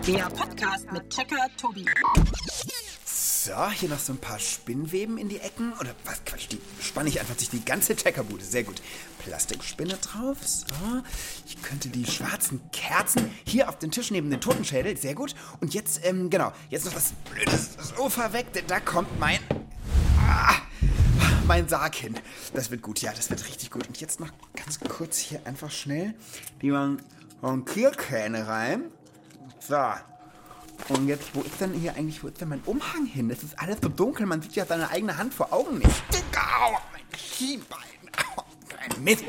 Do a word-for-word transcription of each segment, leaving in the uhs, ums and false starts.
Der Podcast mit Checker Tobi. So, hier noch so ein paar Spinnweben in die Ecken. Oder was, Quatsch, die spanne ich einfach durch die ganze Checkerbude. Sehr gut. Plastikspinne drauf. So. Ich könnte die schwarzen Kerzen hier auf den Tisch neben den Totenschädel. Sehr gut. Und jetzt, ähm, genau, jetzt noch das blöde Sofa weg, denn da kommt mein... Ah, mein Sarg hin. Das wird gut, ja, das wird richtig gut. Und jetzt noch ganz kurz hier einfach schnell die Vampirkähne rein. So. Und jetzt, wo ist denn hier eigentlich, wo ist denn mein Umhang hin? Das ist alles so dunkel, man sieht ja seine eigene Hand vor Augen nicht. Au, mein Schienbein. Au, ein Mist.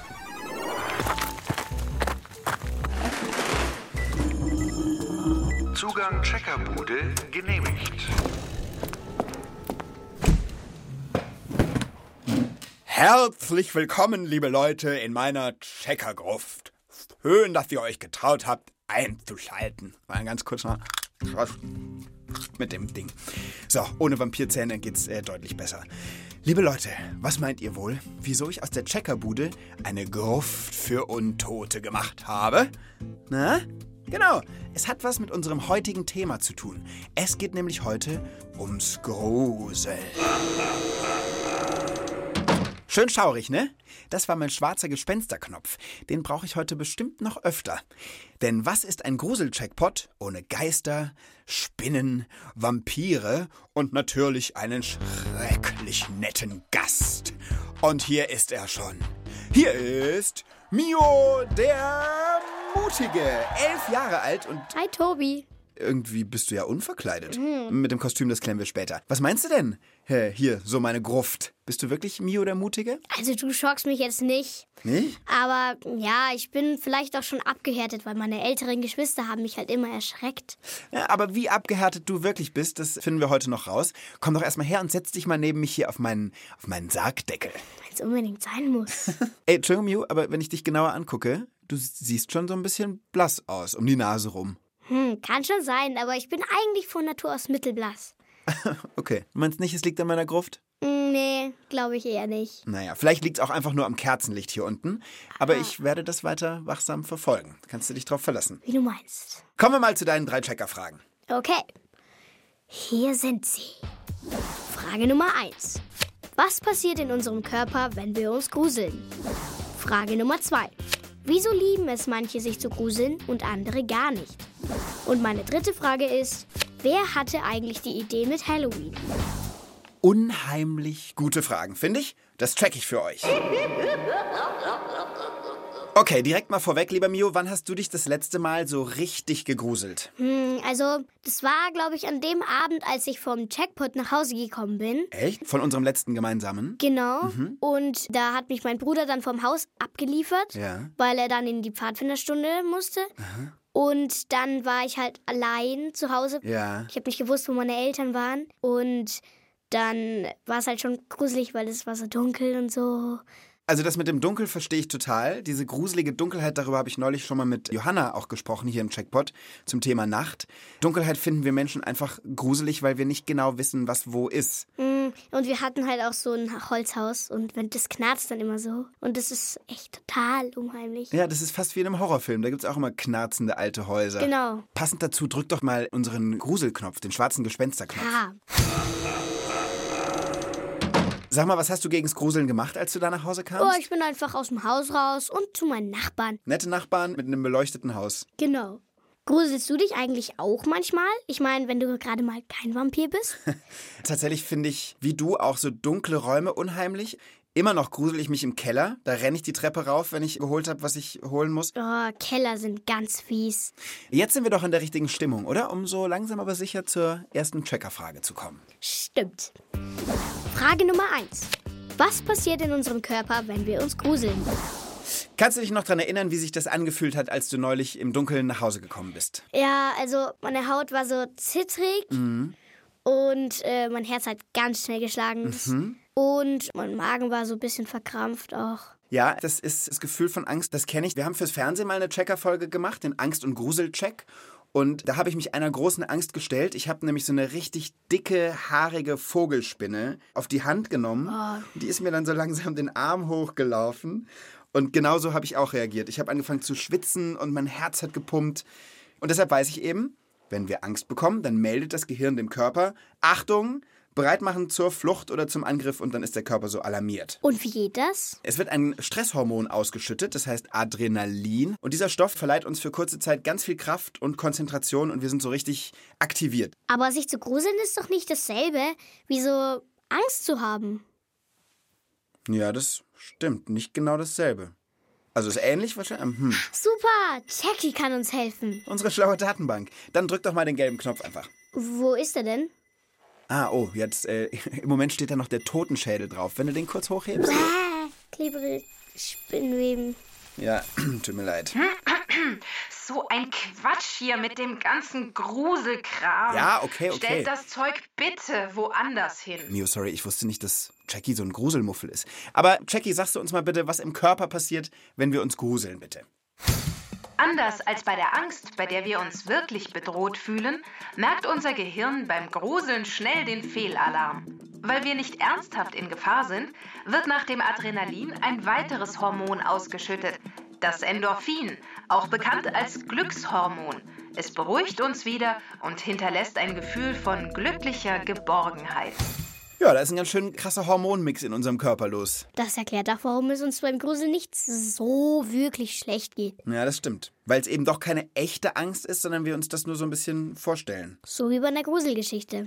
Zugang Checkerbude genehmigt. Herzlich willkommen, liebe Leute, in meiner Checkergruft. Schön, dass ihr euch getraut habt, einzuschalten. Mal ganz kurz noch raus mit dem Ding. So, ohne Vampirzähne geht's äh, deutlich besser. Liebe Leute, was meint ihr wohl, wieso ich aus der Checkerbude eine Gruft für Untote gemacht habe? Na? Genau, es hat was mit unserem heutigen Thema zu tun. Es geht nämlich heute ums Gruseln. Schön schaurig, ne? Das war mein schwarzer Gespensterknopf. Den brauche ich heute bestimmt noch öfter. Denn was ist ein Grusel-Checkpot ohne Geister, Spinnen, Vampire und natürlich einen schrecklich netten Gast? Und hier ist er schon. Hier ist Mio, der Mutige. Elf Jahre alt und... Hi, Tobi. Irgendwie bist du ja unverkleidet. Mhm. Mit dem Kostüm, das klären wir später. Was meinst du denn? Hier, so meine Gruft. Bist du wirklich Mio der Mutige? Also du schockst mich jetzt nicht. Nicht? Aber ja, ich bin vielleicht auch schon abgehärtet, weil meine älteren Geschwister haben mich halt immer erschreckt. Ja, aber wie abgehärtet du wirklich bist, das finden wir heute noch raus. Komm doch erstmal her und setz dich mal neben mich hier auf meinen, auf meinen Sargdeckel. Wenn es unbedingt sein muss. Ey, Entschuldigung, Mio, aber wenn ich dich genauer angucke, du siehst schon so ein bisschen blass aus, um die Nase rum. Hm, kann schon sein, aber ich bin eigentlich von Natur aus mittelblass. Okay, du meinst nicht, es liegt an meiner Gruft? Nee, glaube ich eher nicht. Naja, vielleicht liegt es auch einfach nur am Kerzenlicht hier unten. Aber ah. ich werde das weiter wachsam verfolgen. Kannst du dich drauf verlassen? Wie du meinst. Kommen wir mal zu deinen drei Checker-Fragen. Okay. Hier sind sie. Frage Nummer eins. Was passiert in unserem Körper, wenn wir uns gruseln? Frage Nummer zwei. Wieso lieben es manche, sich zu gruseln und andere gar nicht? Und meine dritte Frage ist, wer hatte eigentlich die Idee mit Halloween? Unheimlich gute Fragen, finde ich. Das check ich für euch. Okay, direkt mal vorweg, lieber Mio, wann hast du dich das letzte Mal so richtig gegruselt? Hm, also, das war, glaube ich, an dem Abend, als ich vom Checkpot nach Hause gekommen bin. Echt? Von unserem letzten gemeinsamen? Genau. Mhm. Und da hat mich mein Bruder dann vom Haus abgeliefert, ja. weil er dann in die Pfadfinderstunde musste. Aha. Und dann war ich halt allein zu Hause. Ja. Ich habe nicht gewusst, wo meine Eltern waren. Und dann war es halt schon gruselig, weil es war so dunkel und so. Also das mit dem Dunkel verstehe ich total. Diese gruselige Dunkelheit, darüber habe ich neulich schon mal mit Johanna auch gesprochen, hier im Checkpot, zum Thema Nacht. Dunkelheit finden wir Menschen einfach gruselig, weil wir nicht genau wissen, was wo ist. Und wir hatten halt auch so ein Holzhaus und wenn das knarzt dann immer so. Und das ist echt total unheimlich. Ja, das ist fast wie in einem Horrorfilm. Da gibt es auch immer knarzende alte Häuser. Genau. Passend dazu, drück doch mal unseren Gruselknopf, den schwarzen Gespensterknopf. Ja. Sag mal, was hast du gegens Gruseln gemacht, als du da nach Hause kamst? Oh, ich bin einfach aus dem Haus raus und zu meinen Nachbarn. Nette Nachbarn mit einem beleuchteten Haus. Genau. Gruselst du dich eigentlich auch manchmal? Ich meine, wenn du gerade mal kein Vampir bist? Tatsächlich finde ich, wie du, auch so dunkle Räume unheimlich. Immer noch grusel ich mich im Keller. Da renne ich die Treppe rauf, wenn ich geholt habe, was ich holen muss. Oh, Keller sind ganz fies. Jetzt sind wir doch in der richtigen Stimmung, oder? Um so langsam aber sicher zur ersten Checker-Frage zu kommen. Stimmt. Frage Nummer eins. Was passiert in unserem Körper, wenn wir uns gruseln? Kannst du dich noch daran erinnern, wie sich das angefühlt hat, als du neulich im Dunkeln nach Hause gekommen bist? Ja, also meine Haut war so zittrig Mhm. und äh, mein Herz hat ganz schnell geschlagen. Mhm. Und mein Magen war so ein bisschen verkrampft auch. Ja, das ist das Gefühl von Angst, das kenne ich. Wir haben fürs Fernsehen mal eine Checker-Folge gemacht, den Angst- und Grusel-Check. Und da habe ich mich einer großen Angst gestellt. Ich habe nämlich so eine richtig dicke, haarige Vogelspinne auf die Hand genommen. Oh. Die ist mir dann so langsam den Arm hochgelaufen. Und genauso habe ich auch reagiert. Ich habe angefangen zu schwitzen und mein Herz hat gepumpt. Und deshalb weiß ich eben, Wenn wir Angst bekommen, dann meldet das Gehirn dem Körper, Achtung, bereit machen zur Flucht oder zum Angriff und dann ist der Körper so alarmiert. Und wie geht das? Es wird ein Stresshormon ausgeschüttet, das heißt Adrenalin. Und dieser Stoff verleiht uns für kurze Zeit ganz viel Kraft und Konzentration und wir sind so richtig aktiviert. Aber sich zu gruseln ist doch nicht dasselbe, wie so Angst zu haben. Ja, das stimmt. Nicht genau dasselbe. Also ist ähnlich wahrscheinlich. Hm. Super, Jackie kann uns helfen. Unsere schlaue Datenbank. Dann drück doch mal den gelben Knopf einfach. Wo ist er denn? Ah, oh, jetzt, äh, im Moment steht da noch der Totenschädel drauf. Wenn du den kurz hochhebst. Bäh, klebrige Spinnweben. Ja, tut mir leid. So ein Quatsch hier mit dem ganzen Gruselkram. Ja, okay, okay. Stellt das Zeug bitte woanders hin. Mio, sorry, ich wusste nicht, dass Jackie so ein Gruselmuffel ist. Aber Jackie, sagst du uns mal bitte, was im Körper passiert, wenn wir uns gruseln, bitte? Anders als bei der Angst, bei der wir uns wirklich bedroht fühlen, merkt unser Gehirn beim Gruseln schnell den Fehlalarm. Weil wir nicht ernsthaft in Gefahr sind, wird nach dem Adrenalin ein weiteres Hormon ausgeschüttet, das Endorphin, auch bekannt als Glückshormon. Es beruhigt uns wieder und hinterlässt ein Gefühl von glücklicher Geborgenheit. Ja, da ist ein ganz schön krasser Hormonmix in unserem Körper los. Das erklärt auch, warum es uns beim Gruseln nicht so wirklich schlecht geht. Ja, das stimmt. Weil es eben doch keine echte Angst ist, sondern wir uns das nur so ein bisschen vorstellen. So wie bei einer Gruselgeschichte.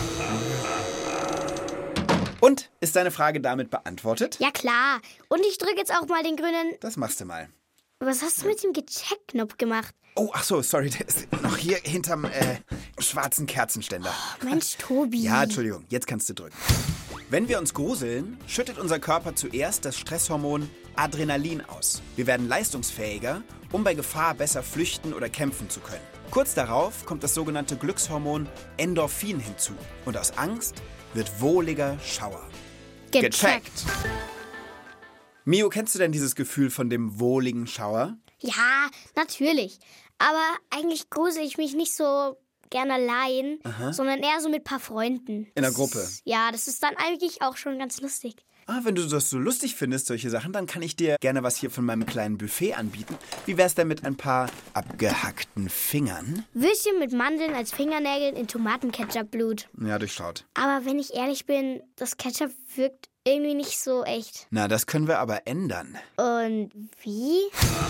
Und, ist deine Frage damit beantwortet? Ja klar. Und ich drücke jetzt auch mal den grünen... Das machst du mal. Was hast du mit dem Gecheck-Knopf gemacht? Oh, ach so, sorry, der ist noch hier hinterm äh, schwarzen Kerzenständer. Oh, Mensch, Tobi. Ja, Entschuldigung, jetzt kannst du drücken. Wenn wir uns gruseln, schüttet unser Körper zuerst das Stresshormon Adrenalin aus. Wir werden leistungsfähiger, um bei Gefahr besser flüchten oder kämpfen zu können. Kurz darauf kommt das sogenannte Glückshormon Endorphin hinzu. Und aus Angst wird wohliger Schauer. Gecheckt. Mio, kennst du denn dieses Gefühl von dem wohligen Schauer? Ja, natürlich. Aber eigentlich grusel ich mich nicht so gern allein, Aha. sondern eher so mit ein paar Freunden. In der Gruppe? Das, ja, das ist dann eigentlich auch schon ganz lustig. Ah, wenn du das so lustig findest, solche Sachen, dann kann ich dir gerne was hier von meinem kleinen Buffet anbieten. Wie wär's denn mit ein paar abgehackten Fingern? Würstchen mit Mandeln als Fingernägeln in Tomatenketchup-Blut. Ja, durchschaut. Aber wenn ich ehrlich bin, das Ketchup wirkt irgendwie nicht so echt. Na, das können wir aber ändern. Und wie?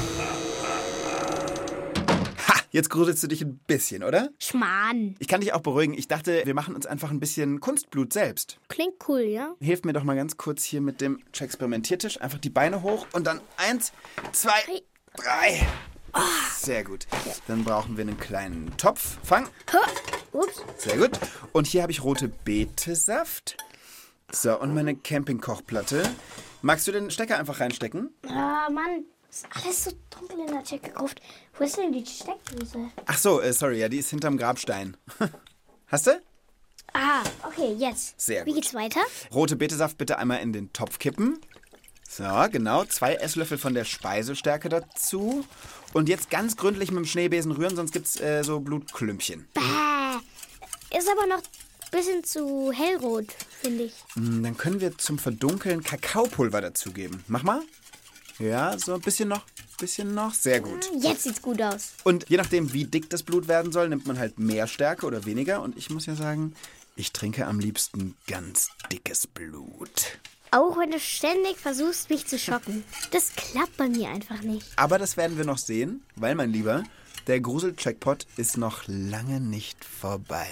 Ha, jetzt gruselst du dich ein bisschen, oder? Schmarrn. Ich kann dich auch beruhigen. Ich dachte, wir machen uns einfach ein bisschen Kunstblut selbst. Klingt cool, ja? Hilf mir doch mal ganz kurz hier mit dem Experimentiertisch. Einfach die Beine hoch und dann eins, zwei, drei. Sehr gut. Dann brauchen wir einen kleinen Topf. Fang. Ups. Sehr gut. Und hier habe ich rote Betesaft. So, und meine Campingkochplatte. Magst du den Stecker einfach reinstecken? Ah, Mann. Ist alles so dunkel in der Checkgruft. Wo ist denn die Steckdose? Ach so, äh, sorry, ja, die ist hinterm Grabstein. Hast du? Ah, okay, jetzt. Sehr Wie gut. geht's weiter? Rote Betesaft bitte einmal in den Topf kippen. So, genau. Zwei Esslöffel von der Speisestärke dazu. Und jetzt ganz gründlich mit dem Schneebesen rühren, sonst gibt's äh, so Blutklümpchen. Bäh. Ist aber noch ein bisschen zu hellrot, finde ich. Hm, Dann können wir zum Verdunkeln Kakaopulver dazugeben. Mach mal. Ja, so ein bisschen noch. Bisschen noch. Sehr gut. Jetzt sieht's gut aus. Und je nachdem, wie dick das Blut werden soll, nimmt man halt mehr Stärke oder weniger. Und ich muss ja sagen, ich trinke am liebsten ganz dickes Blut. Auch wenn du ständig versuchst, mich zu schocken. Das klappt bei mir einfach nicht. Aber das werden wir noch sehen, weil, mein Lieber, der Grusel-Checkpot ist noch lange nicht vorbei.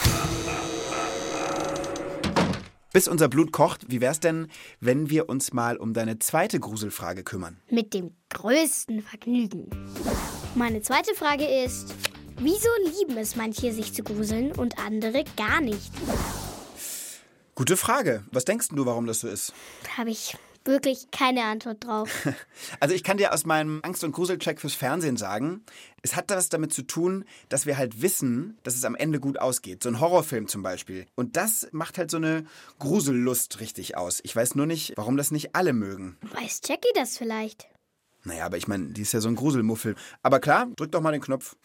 Bis unser Blut kocht, wie wär's denn, wenn wir uns mal um deine zweite Gruselfrage kümmern? Mit dem größten Vergnügen. Meine zweite Frage ist, wieso lieben es manche, sich zu gruseln und andere gar nicht? Gute Frage. Was denkst du, warum das so ist? Da habe ich wirklich keine Antwort drauf. Also ich kann dir aus meinem Angst- und Gruselcheck fürs Fernsehen sagen, es hat das damit zu tun, dass wir halt wissen, dass es am Ende gut ausgeht. So ein Horrorfilm zum Beispiel. Und das macht halt so eine Grusellust richtig aus. Ich weiß nur nicht, warum das nicht alle mögen. Weiß Jackie das vielleicht? Naja, aber ich meine, die ist ja so ein Gruselmuffel. Aber klar, drück doch mal den Knopf.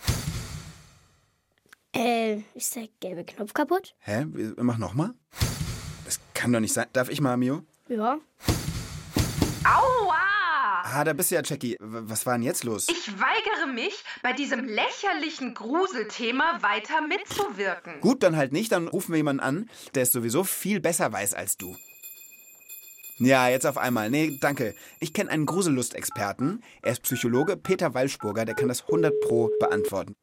Äh, ist der gelbe Knopf kaputt? Hä? Mach nochmal. Das kann doch nicht sein. Darf ich mal, Mio? Ja. Aua! Ah, da bist du ja, Jackie. Was war denn jetzt los? Ich weigere mich, bei diesem lächerlichen Gruselthema weiter mitzuwirken. Gut, dann halt nicht. Dann rufen wir jemanden an, der es sowieso viel besser weiß als du. Ja, jetzt auf einmal. Nee, danke. Ich kenne einen Grusellustexperten. Er ist Psychologe, Peter Walschburger. Der kann das hundert Pro beantworten.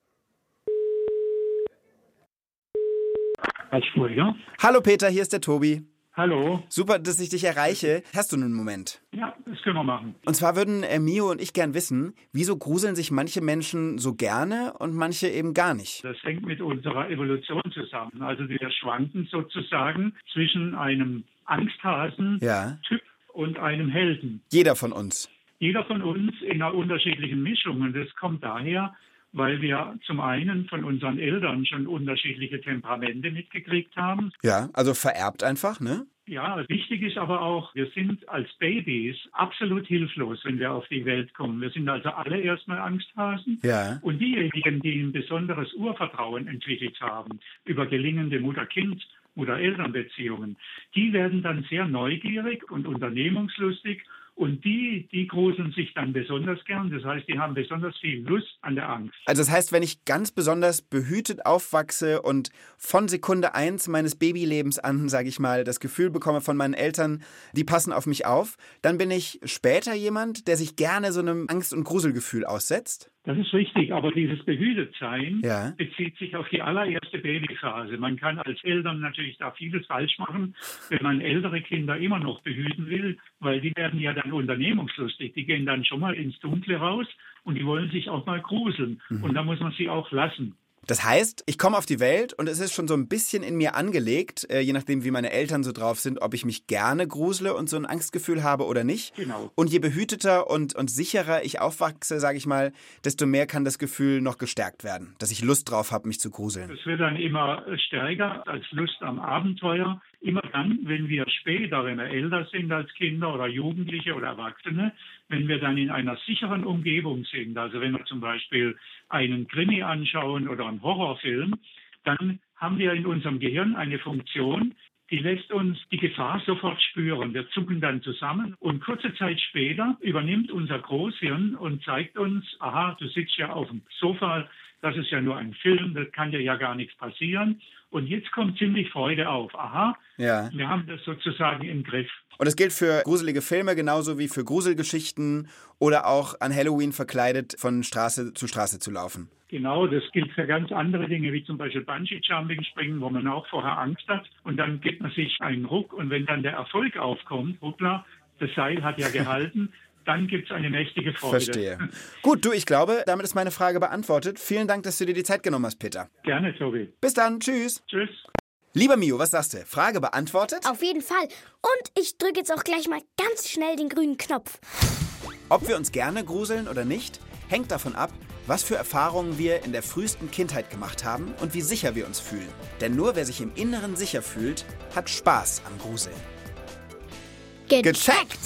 Walschburger? Hallo Peter, hier ist der Tobi. Hallo. Super, dass ich dich erreiche. Hast du einen Moment? Ja, das können wir machen. Und zwar würden äh, Mio und ich gern wissen, wieso gruseln sich manche Menschen so gerne und manche eben gar nicht? Das hängt mit unserer Evolution zusammen. Also wir schwanken sozusagen zwischen einem Angsthasen-Typ Ja. und einem Helden. Jeder von uns. Jeder von uns in einer unterschiedlichen Mischung. Und das kommt daher, weil wir zum einen von unseren Eltern schon unterschiedliche Temperamente mitgekriegt haben. Ja, also vererbt einfach, ne? Ja, wichtig ist aber auch, wir sind als Babys absolut hilflos, wenn wir auf die Welt kommen. Wir sind also alle erstmal Angsthasen. Ja. Und diejenigen, die ein besonderes Urvertrauen entwickelt haben über gelingende Mutter-Kind- Mutter-Eltern-Beziehungen, die werden dann sehr neugierig und unternehmungslustig. Und die, die gruseln sich dann besonders gern. Das heißt, die haben besonders viel Lust an der Angst. Also das heißt, wenn ich ganz besonders behütet aufwachse und von Sekunde eins meines Babylebens an, sage ich mal, das Gefühl bekomme von meinen Eltern, die passen auf mich auf, dann bin ich später jemand, der sich gerne so einem Angst- und Gruselgefühl aussetzt? Das ist richtig, aber dieses Behütetsein Ja. bezieht sich auf die allererste Babyphase. Man kann als Eltern natürlich da vieles falsch machen, wenn man ältere Kinder immer noch behüten will, weil die werden ja dann unternehmungslustig. Die gehen dann schon mal ins Dunkle raus und die wollen sich auch mal gruseln. Mhm. Und da muss man sie auch lassen. Das heißt, ich komme auf die Welt und es ist schon so ein bisschen in mir angelegt, äh, je nachdem, wie meine Eltern so drauf sind, ob ich mich gerne grusele und so ein Angstgefühl habe oder nicht. Genau. Und je behüteter und, und sicherer ich aufwachse, sage ich mal, desto mehr kann das Gefühl noch gestärkt werden, dass ich Lust drauf habe, mich zu gruseln. Es wird dann immer stärker als Lust am Abenteuer. Immer dann, wenn wir später, wenn wir älter sind als Kinder oder Jugendliche oder Erwachsene, wenn wir dann in einer sicheren Umgebung sind, also wenn wir zum Beispiel einen Krimi anschauen oder einen Horrorfilm, dann haben wir in unserem Gehirn eine Funktion, die lässt uns die Gefahr sofort spüren. Wir zucken dann zusammen und kurze Zeit später übernimmt unser Großhirn und zeigt uns, aha, du sitzt ja auf dem Sofa, das ist ja nur ein Film, das kann dir ja gar nichts passieren. Und jetzt kommt ziemlich Freude auf. Aha, ja. Wir haben das sozusagen im Griff. Und das gilt für gruselige Filme genauso wie für Gruselgeschichten oder auch an Halloween verkleidet von Straße zu Straße zu laufen. Genau, das gilt für ganz andere Dinge, wie zum Beispiel Bungee-Jumping springen, wo man auch vorher Angst hat. Und dann gibt man sich einen Ruck. Und wenn dann der Erfolg aufkommt, hoppla, das Seil hat ja gehalten, dann gibt es eine mächtige Freude. Verstehe. Gut, du, ich glaube, damit ist meine Frage beantwortet. Vielen Dank, dass du dir die Zeit genommen hast, Peter. Gerne, Tobi. Bis dann, tschüss. Tschüss. Lieber Mio, was sagst du? Frage beantwortet? Auf jeden Fall. Und ich drücke jetzt auch gleich mal ganz schnell den grünen Knopf. Ob wir uns gerne gruseln oder nicht, hängt davon ab, was für Erfahrungen wir in der frühesten Kindheit gemacht haben und wie sicher wir uns fühlen. Denn nur wer sich im Inneren sicher fühlt, hat Spaß am Gruseln. Gecheckt!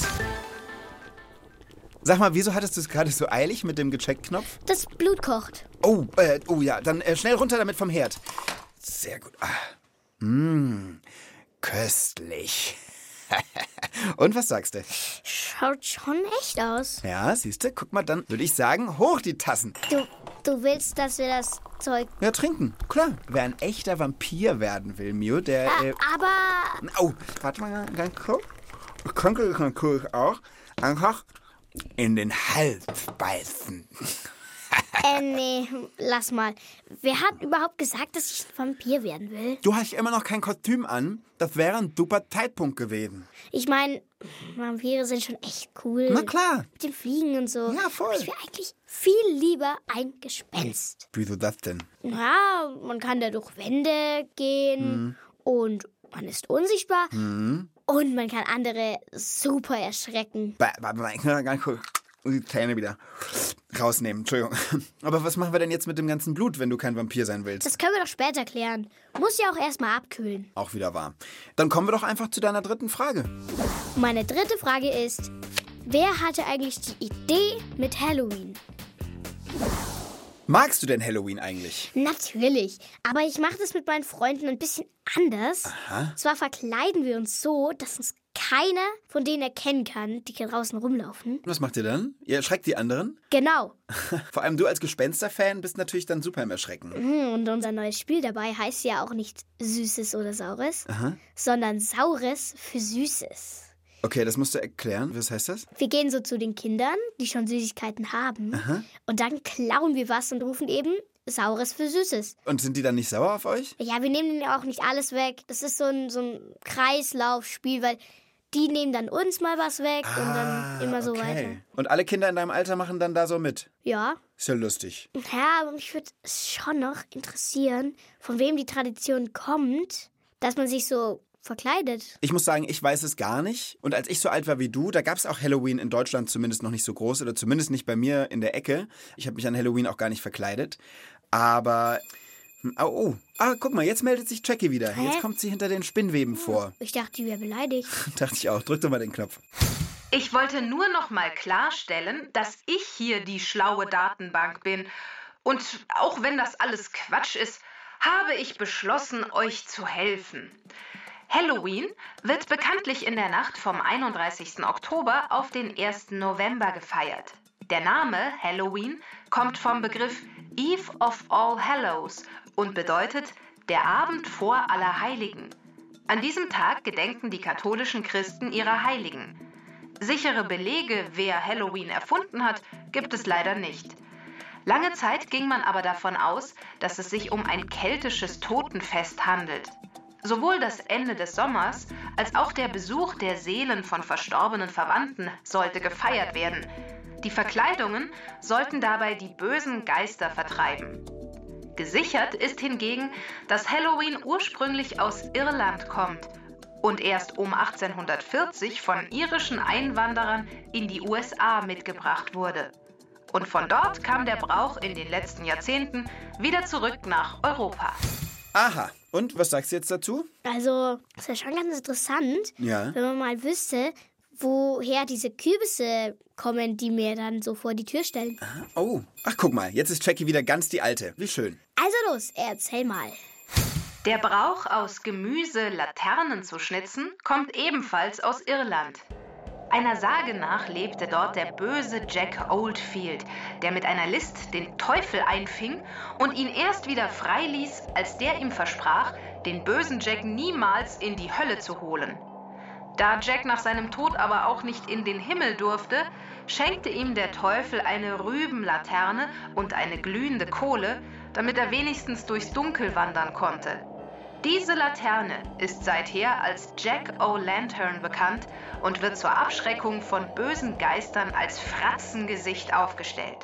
Sag mal, wieso hattest du es gerade so eilig mit dem Gecheckt-Knopf? Das Blut kocht. Oh, äh, oh ja, dann äh, schnell runter damit vom Herd. Sehr gut. Ah. Mmh, köstlich. Und was sagst du? Schaut schon echt aus. Ja, siehst du, guck mal, dann würde ich sagen, hoch die Tassen. Du, du willst, dass wir das Zeug... Ja, trinken, klar. Wer ein echter Vampir werden will, Mio, der... Ah, Äh, aber... oh, warte mal ganz kurz. Ich könnte natürlich auch einfach in den Hals beißen. Äh, nee, lass mal. Wer hat überhaupt gesagt, dass ich ein Vampir werden will? Du hast immer noch kein Kostüm an. Das wäre ein super Zeitpunkt gewesen. Ich meine, Vampire sind schon echt cool. Na klar. Mit den Fliegen und so. Ja, voll. Aber ich wäre eigentlich viel lieber ein Gespenst. Wieso das denn? Ja, man kann da durch Wände gehen mhm. und man ist unsichtbar mhm. und man kann andere super erschrecken. Warte mal, ich kann ganz kurz die Zähne wieder rausnehmen. Entschuldigung. Aber was machen wir denn jetzt mit dem ganzen Blut, wenn du kein Vampir sein willst? Das können wir doch später klären. Muss ja auch erstmal abkühlen. Auch wieder wahr. Dann kommen wir doch einfach zu deiner dritten Frage. Meine dritte Frage ist, wer hatte eigentlich die Idee mit Halloween? Magst du denn Halloween eigentlich? Natürlich, aber ich mache das mit meinen Freunden ein bisschen anders. Aha. Zwar verkleiden wir uns so, dass uns keiner von denen erkennen kann, die hier draußen rumlaufen. Was macht ihr dann? Ihr erschreckt die anderen? Genau. Vor allem du als Gespenster-Fan bist natürlich dann super im Erschrecken. Mhm, und unser neues Spiel dabei heißt ja auch nicht Süßes oder Saures, Aha. sondern Saures für Süßes. Okay, das musst du erklären. Was heißt das? Wir gehen so zu den Kindern, die schon Süßigkeiten haben. Aha. Und dann klauen wir was und rufen eben Saures für Süßes. Und sind die dann nicht sauer auf euch? Ja, wir nehmen denen ja auch nicht alles weg. Das ist so ein, so ein Kreislaufspiel, weil die nehmen dann uns mal was weg ah, und dann immer so okay. weiter. Und alle Kinder in deinem Alter machen dann da so mit? Ja. Ist ja lustig. Ja, aber mich würde es schon noch interessieren, von wem die Tradition kommt, dass man sich so verkleidet. Ich muss sagen, ich weiß es gar nicht. Und als ich so alt war wie du, da gab es auch Halloween in Deutschland zumindest noch nicht so groß oder zumindest nicht bei mir in der Ecke. Ich habe mich an Halloween auch gar nicht verkleidet. Aber, oh, oh. Ah, guck mal, jetzt meldet sich Jackie wieder. Hä? Jetzt kommt sie hinter den Spinnweben vor. Ich dachte, die wäre beleidigt. Dachte ich auch. Drück doch mal den Knopf. Ich wollte nur noch mal klarstellen, dass ich hier die schlaue Datenbank bin. Und auch wenn das alles Quatsch ist, habe ich beschlossen, euch zu helfen. Halloween wird bekanntlich in der Nacht vom einunddreißigsten Oktober auf den ersten November gefeiert. Der Name Halloween kommt vom Begriff Eve of All Hallows und bedeutet der Abend vor Allerheiligen. An diesem Tag gedenken die katholischen Christen ihrer Heiligen. Sichere Belege, wer Halloween erfunden hat, gibt es leider nicht. Lange Zeit ging man aber davon aus, dass es sich um ein keltisches Totenfest handelt. Sowohl das Ende des Sommers als auch der Besuch der Seelen von verstorbenen Verwandten sollte gefeiert werden. Die Verkleidungen sollten dabei die bösen Geister vertreiben. Gesichert ist hingegen, dass Halloween ursprünglich aus Irland kommt und erst um achtzehnhundertvierzig von irischen Einwanderern in die U S A mitgebracht wurde. Und von dort kam der Brauch in den letzten Jahrzehnten wieder zurück nach Europa. Aha. Und, was sagst du jetzt dazu? Also, das wäre schon ganz interessant, Ja. wenn man mal wüsste, woher diese Kürbisse kommen, die mir dann so vor die Tür stellen. Oh, ach guck mal, jetzt ist Jackie wieder ganz die Alte. Wie schön. Also los, erzähl mal. Der Brauch, aus Gemüse Laternen zu schnitzen, kommt ebenfalls aus Irland. Einer Sage nach lebte dort der böse Jack Oldfield, der mit einer List den Teufel einfing und ihn erst wieder freiließ, als der ihm versprach, den bösen Jack niemals in die Hölle zu holen. Da Jack nach seinem Tod aber auch nicht in den Himmel durfte, schenkte ihm der Teufel eine Rübenlaterne und eine glühende Kohle, damit er wenigstens durchs Dunkel wandern konnte. Diese Laterne ist seither als Jack-O'-Lantern bekannt und wird zur Abschreckung von bösen Geistern als Fratzengesicht aufgestellt.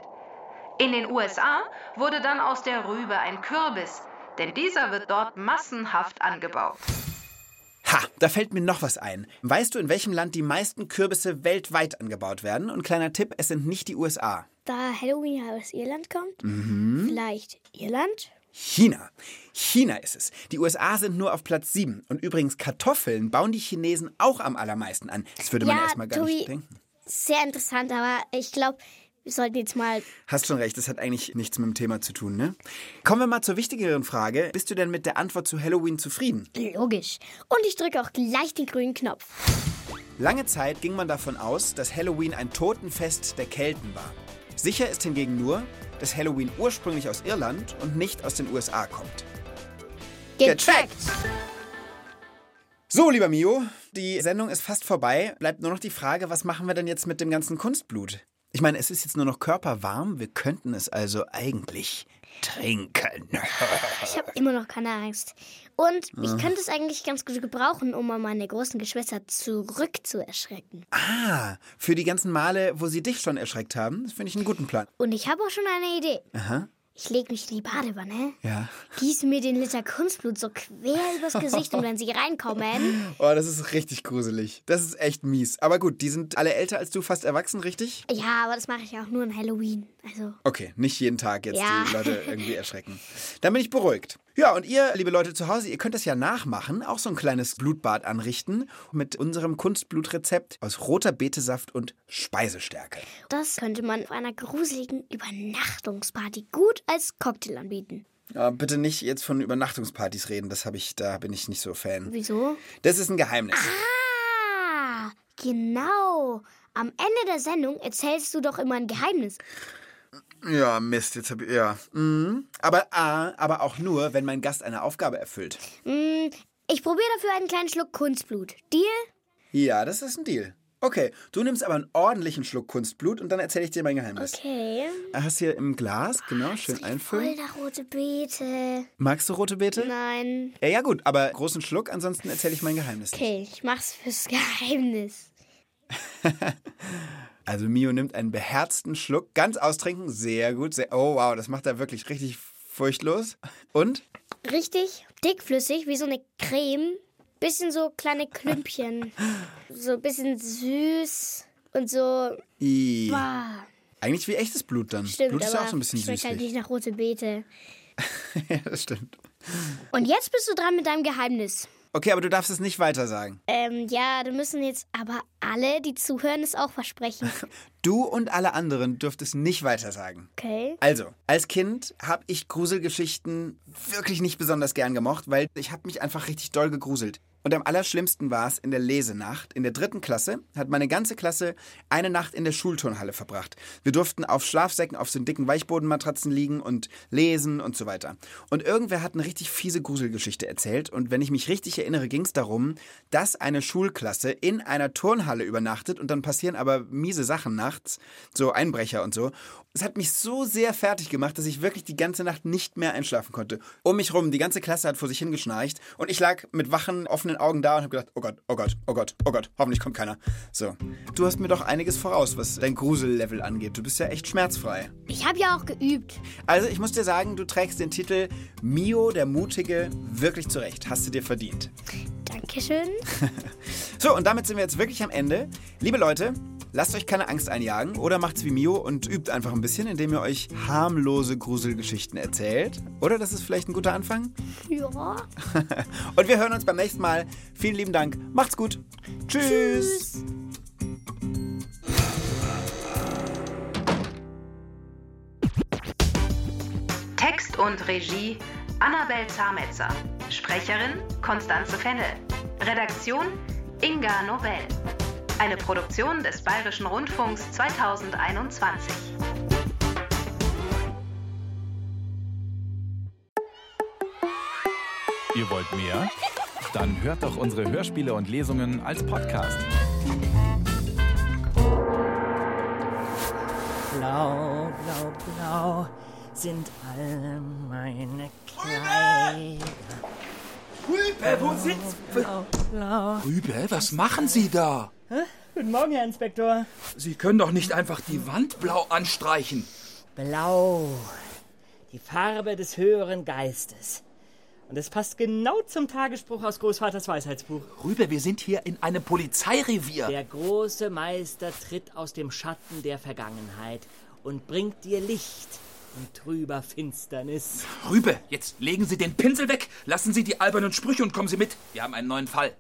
In den U S A wurde dann aus der Rübe ein Kürbis, denn dieser wird dort massenhaft angebaut. Ha, da fällt mir noch was ein. Weißt du, in welchem Land die meisten Kürbisse weltweit angebaut werden? Und kleiner Tipp, es sind nicht die U S A. Da Halloween ja aus Irland kommt? Mhm. Vielleicht Irland? China. China ist es. Die U S A sind nur auf Platz sieben. Und übrigens, Kartoffeln bauen die Chinesen auch am allermeisten an. Das würde man Ja, erstmal gar Tobi, nicht denken. Sehr interessant, aber ich glaube, wir sollten jetzt mal... Hast schon recht, das hat eigentlich nichts mit dem Thema zu tun, ne? Kommen wir mal zur wichtigeren Frage. Bist du denn mit der Antwort zu Halloween zufrieden? Logisch. Und ich drücke auch gleich den grünen Knopf. Lange Zeit ging man davon aus, dass Halloween ein Totenfest der Kelten war. Sicher ist hingegen nur, dass Halloween ursprünglich aus Irland und nicht aus den U S A kommt. Gecheckt! So, lieber Mio, die Sendung ist fast vorbei. Bleibt nur noch die Frage, was machen wir denn jetzt mit dem ganzen Kunstblut? Ich meine, es ist jetzt nur noch körperwarm. Wir könnten es also eigentlich trinken. Ich habe immer noch keine Angst. Und ich könnte es eigentlich ganz gut gebrauchen, um mal meine großen Geschwister zurückzuerschrecken. Ah, für die ganzen Male, wo sie dich schon erschreckt haben, das finde ich einen guten Plan. Und ich habe auch schon eine Idee. Aha. Ich lege mich in die Badewanne, Ja. gieße mir den Liter Kunstblut so quer übers Gesicht und wenn sie reinkommen... Oh, das ist richtig gruselig. Das ist echt mies. Aber gut, die sind alle älter als du, fast erwachsen, richtig? Ja, aber das mache ich auch nur an Halloween. Also... Okay, nicht jeden Tag jetzt Ja. die Leute irgendwie erschrecken. Dann bin ich beruhigt. Ja, und ihr, liebe Leute zu Hause, ihr könnt das ja nachmachen, auch so ein kleines Blutbad anrichten mit unserem Kunstblutrezept aus roter Betesaft und Speisestärke. Das könnte man auf einer gruseligen Übernachtungsparty gut als Cocktail anbieten. Ja, bitte nicht jetzt von Übernachtungspartys reden, das habe ich, da bin ich nicht so Fan. Wieso? Das ist ein Geheimnis. Ah! genau. Am Ende der Sendung erzählst du doch immer ein Geheimnis. Ja, Mist, jetzt hab ich, ja. Mhm. Aber, ah, aber auch nur, wenn mein Gast eine Aufgabe erfüllt. Mm, ich probiere dafür einen kleinen Schluck Kunstblut. Deal? Ja, das ist ein Deal. Okay, du nimmst aber einen ordentlichen Schluck Kunstblut und dann erzähle ich dir mein Geheimnis. Okay. Hast hier im Glas, genau, schön einfüllen. Voll der rote Beete. Magst du rote Beete? Nein. Ja, ja gut, aber großen Schluck, ansonsten erzähle ich mein Geheimnis. Okay, ich mach's fürs Geheimnis. Also Mio nimmt einen beherzten Schluck, ganz austrinken, sehr gut. Sehr, oh wow, das macht er wirklich richtig furchtlos. Und? Richtig dickflüssig, wie so eine Creme. Bisschen so kleine Klümpchen. So ein bisschen süß und so. I. Bah. Eigentlich wie echtes Blut dann. Stimmt, Blut ist aber ja auch so ein bisschen schmeckt süßlich. halt nicht nach rote Beete. Ja, das stimmt. Und jetzt bist du dran mit deinem Geheimnis. Okay, aber du darfst es nicht weiter sagen. Ähm, ja, da müssen jetzt aber alle, die zuhören, es auch versprechen. Du und alle anderen dürft es nicht weiter sagen. Okay. Also, als Kind habe ich Gruselgeschichten wirklich nicht besonders gern gemocht, weil ich habe mich einfach richtig doll gegruselt. Und am allerschlimmsten war es in der Lesenacht. In der dritten Klasse hat meine ganze Klasse eine Nacht in der Schulturnhalle verbracht. Wir durften auf Schlafsäcken auf so dicken Weichbodenmatratzen liegen und lesen und so weiter. Und irgendwer hat eine richtig fiese Gruselgeschichte erzählt. Und wenn ich mich richtig erinnere, ging es darum, dass eine Schulklasse in einer Turnhalle übernachtet und dann passieren aber miese Sachen nachts, so Einbrecher und so. Es hat mich so sehr fertig gemacht, dass ich wirklich die ganze Nacht nicht mehr einschlafen konnte. Um mich rum, die ganze Klasse hat vor sich hingeschnarcht und ich lag mit wachen, offenen Augen da und habe gedacht, oh Gott, oh Gott, oh Gott, oh Gott, hoffentlich kommt keiner. So, du hast mir doch einiges voraus, was dein Grusellevel angeht. Du bist ja echt schmerzfrei. Ich habe ja auch geübt. Also ich muss dir sagen, du trägst den Titel Mio der Mutige wirklich zurecht. Hast du dir verdient. Dankeschön. So, und damit sind wir jetzt wirklich am Ende. Liebe Leute, lasst euch keine Angst einjagen oder macht's wie Mio und übt einfach ein bisschen, indem ihr euch harmlose Gruselgeschichten erzählt. Oder das ist vielleicht ein guter Anfang? Ja. Und wir hören uns beim nächsten Mal. Vielen lieben Dank. Macht's gut. Tschüss. Tschüss. Text und Regie Annabel Zametzer. Sprecherin Konstanze Fennel. Redaktion Inga Nobel. Eine Produktion des Bayerischen Rundfunks zweitausendeinundzwanzig. Ihr wollt mehr? Dann hört doch unsere Hörspiele und Lesungen als Podcast. Blau, blau, blau sind alle meine Kleider. Rübe, wo sind Sie? Blau, blau. Rübe, was machen Sie da? Hä? Guten Morgen, Herr Inspektor. Sie können doch nicht einfach die Wand blau anstreichen. Blau, die Farbe des höheren Geistes. Und es passt genau zum Tagesspruch aus Großvaters Weisheitsbuch. Rübe, wir sind hier in einem Polizeirevier. Der große Meister tritt aus dem Schatten der Vergangenheit und bringt dir Licht in trüber Finsternis. Rübe, jetzt legen Sie den Pinsel weg, lassen Sie die albernen Sprüche und kommen Sie mit. Wir haben einen neuen Fall.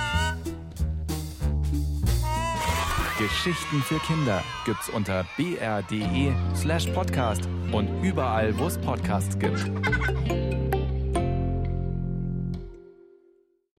Geschichten für Kinder gibt's unter b r punkt d e slash podcast und überall, wo es Podcasts gibt.